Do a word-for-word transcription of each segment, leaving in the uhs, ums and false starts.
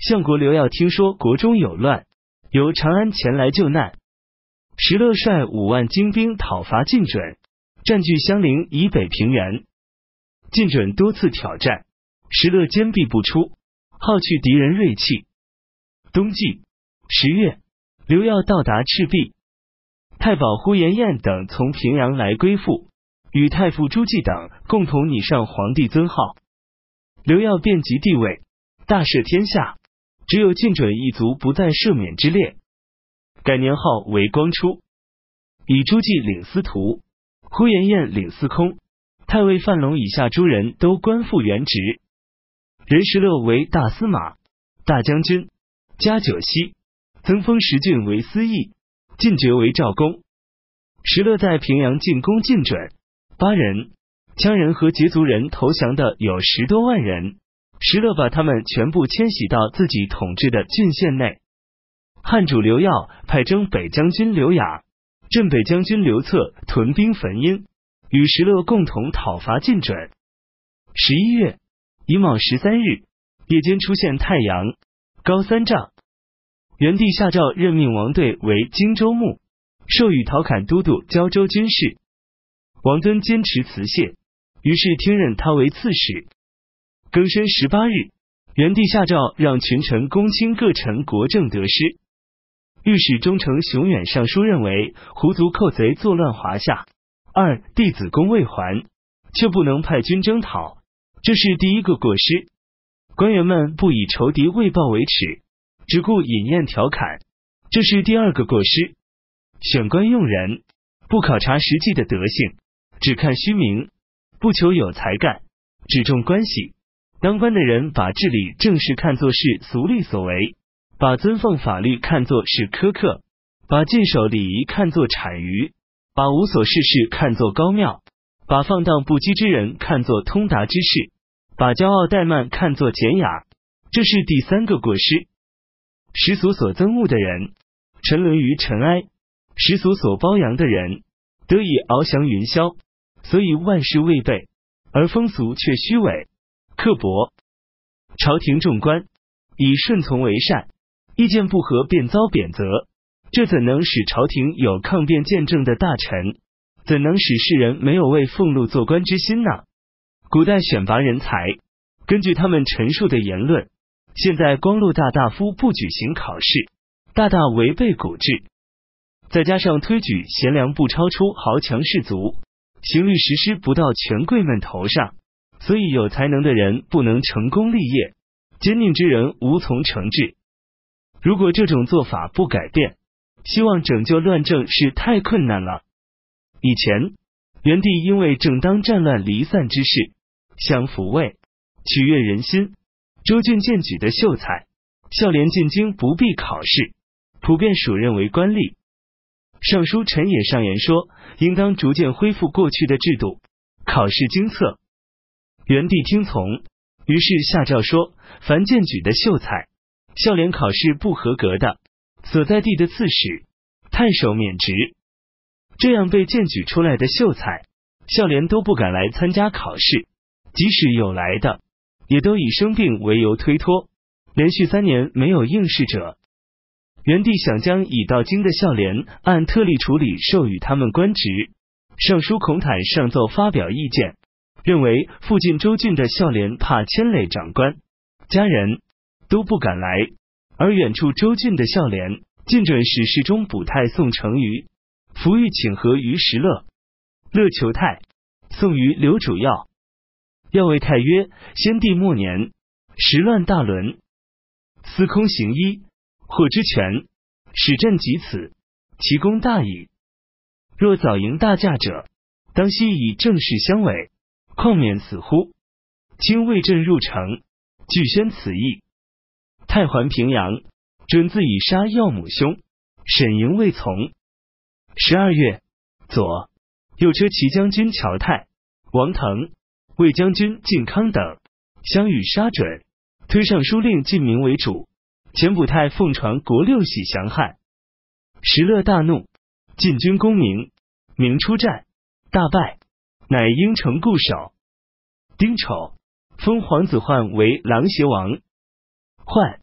相国刘耀听说国中有乱，由长安前来救难。石勒率五万精兵讨伐晋准，占据襄陵以北平原。晋准多次挑战，石勒坚壁不出，耗去敌人锐气。冬季十月，刘耀到达赤壁，太保呼延晏等从平阳来归附，与太傅朱绩等共同拟上皇帝尊号。刘耀遍及地位，大赦天下，只有晋准一族不在赦免之列，改年号为光初，以朱绩领司徒，呼延晏领司空，太尉范龙以下诸人都官复原职。任石勒为大司马、大将军，加九锡，增封石郡为司役，进爵为赵公。石勒在平阳进攻晋准，巴人、羌人和羯族人投降的有十多万人，石勒把他们全部迁徙到自己统治的郡县内。汉主刘耀派征北将军刘雅、镇北将军刘策屯兵汾阴，与石勒共同讨伐晋准。十一月乙卯十三日，夜间出现太阳，高三丈。元帝下诏任命王队为荆州牧，授予陶侃都督交州军事。王敦坚持辞谢，于是听任他为刺史。庚申十八日，元帝下诏让群臣公卿各陈国政得失。御史中丞熊远上书认为，胡族寇贼作乱华夏，二弟子宫未还，却不能派军征讨，这是第一个过失。官员们不以仇敌未报为耻，只顾饮宴调侃，这是第二个过失。选官用人，不考察实际的德性，只看虚名，不求有才干，只重关系。当官的人把治理政事看作是俗力所为，把尊奉法律看作是苛刻，把禁守礼仪看作谄谀，把无所事事看作高妙，把放荡不羁之人看作通达之士，把骄傲怠慢看作简雅，这是第三个过失。世俗所憎恶的人，沉沦于尘埃；世俗所褒扬的人，得以翱翔云霄。所以万事未备，而风俗却虚伪刻薄。朝廷重官以顺从为善，意见不合便遭贬责，这怎能使朝廷有抗辩见证的大臣？怎能使世人没有为俸禄做官之心呢？古代选拔人才，根据他们陈述的言论，现在光禄大大夫不举行考试，大大违背古制。再加上推举贤良不超出豪强士族，刑律实施不到权贵们头上，所以有才能的人不能成功立业，奸佞之人无从成治。如果这种做法不改变，希望拯救乱政是太困难了。以前元帝因为正当战乱离散之事，想抚慰取悦人心，州郡荐举的秀才、孝廉进京不必考试，普遍属认为官吏。尚书陈也上言说，应当逐渐恢复过去的制度，考试经测。元帝听从，于是下诏说，凡荐举的秀才、孝廉考试不合格的，所在地的刺史、太守免职。这样被荐举出来的秀才、孝廉都不敢来参加考试，即使有来的，也都以生病为由推脱，连续三年没有应试者。元帝想将已到京的孝廉按特例处理，授予他们官职。尚书孔坦上奏发表意见，认为附近州郡的孝廉怕牵累长官、家人，都不敢来，而远处州郡的孝廉，晋准使侍中补太宋成瑜，伏欲请和于石勒，勒求太宋于刘主要。要谓太曰：先帝末年，时乱大伦，司空行医，获之权，使朕及此，其功大矣。若早迎大驾者，当悉以正事相委，况免死乎？卿为朕入城，具宣此意。太还平阳，准自以杀耀母兄，沈营未从。十二月，左右车骑将军乔泰、王腾、卫将军晋康等相与杀准，推尚书令晋明为主。前补太奉传国六喜降汉，石勒大怒，晋军攻明，明出战，大败，乃应城固守。丁丑，封皇子焕为琅邪王。焕，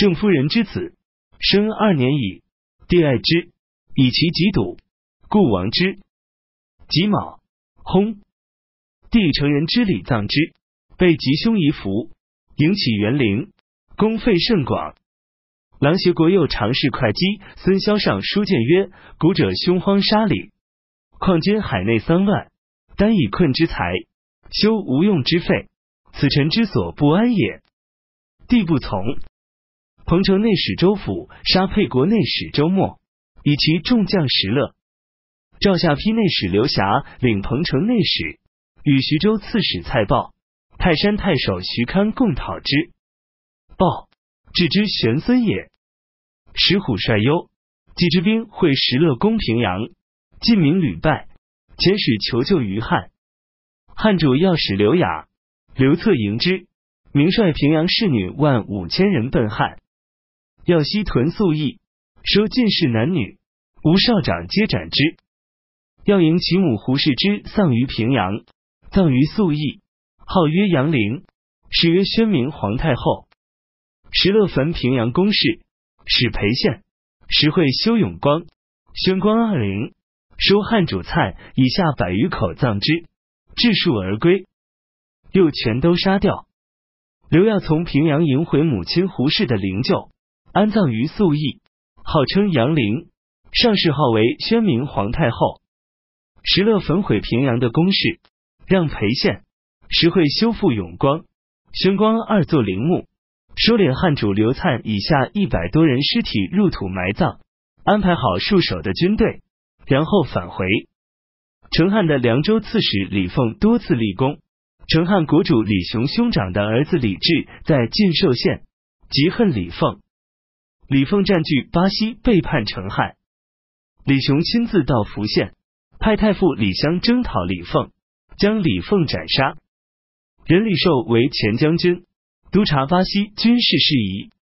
郑夫人之子，生二年矣，帝爱之，以其疾笃，故亡之。己卯，薨。帝成人之礼葬之，被吉凶夷服，迎起园陵，功废甚广。琅邪国右常侍会稽孙萧上书谏曰：古者凶荒杀礼，况今海内丧乱，单以困之财，修无用之费，此臣之所不安也。帝不从。彭城内史周辅杀沛国内史周默，以其众将石勒。赵下邳内史刘霞领彭城内史，与徐州刺史蔡豹、泰山太守徐堪共讨之。豹至之玄孙也。石虎率忧，季之兵会石勒攻平阳，晋民屡败，遣使求救于汉。汉主要使刘雅、刘策迎之，明率平阳侍女万五千人奔汉。要西屯宿邑，收进士男女，无少长皆斩之。要迎其母胡氏之丧于平阳，葬于宿邑，号曰杨陵，谥曰宣明皇太后。石勒焚平阳宫室，使裴宪、石会修永光、宣光二陵，收汉主蔡以下百余口葬之，治数而归，又全都杀掉。刘耀从平阳迎回母亲胡氏的灵柩，安葬于宿邑，号称杨陵，上谥号为宣明皇太后。石勒焚毁平阳的宫室，让裴宪、石会修复永光、宣光二座陵墓，收敛汉主刘粲以下一百多人尸体入土埋葬，安排好戍守的军队，然后返回。成汉的凉州刺史李凤多次立功，成汉国主李雄兄长的儿子李治在晋寿县极恨李凤。李凤占据巴西，背叛成汉。李雄亲自到福县，派太傅李襄征讨李凤，将李凤斩杀。任李寿为前将军，督察巴西军事事宜。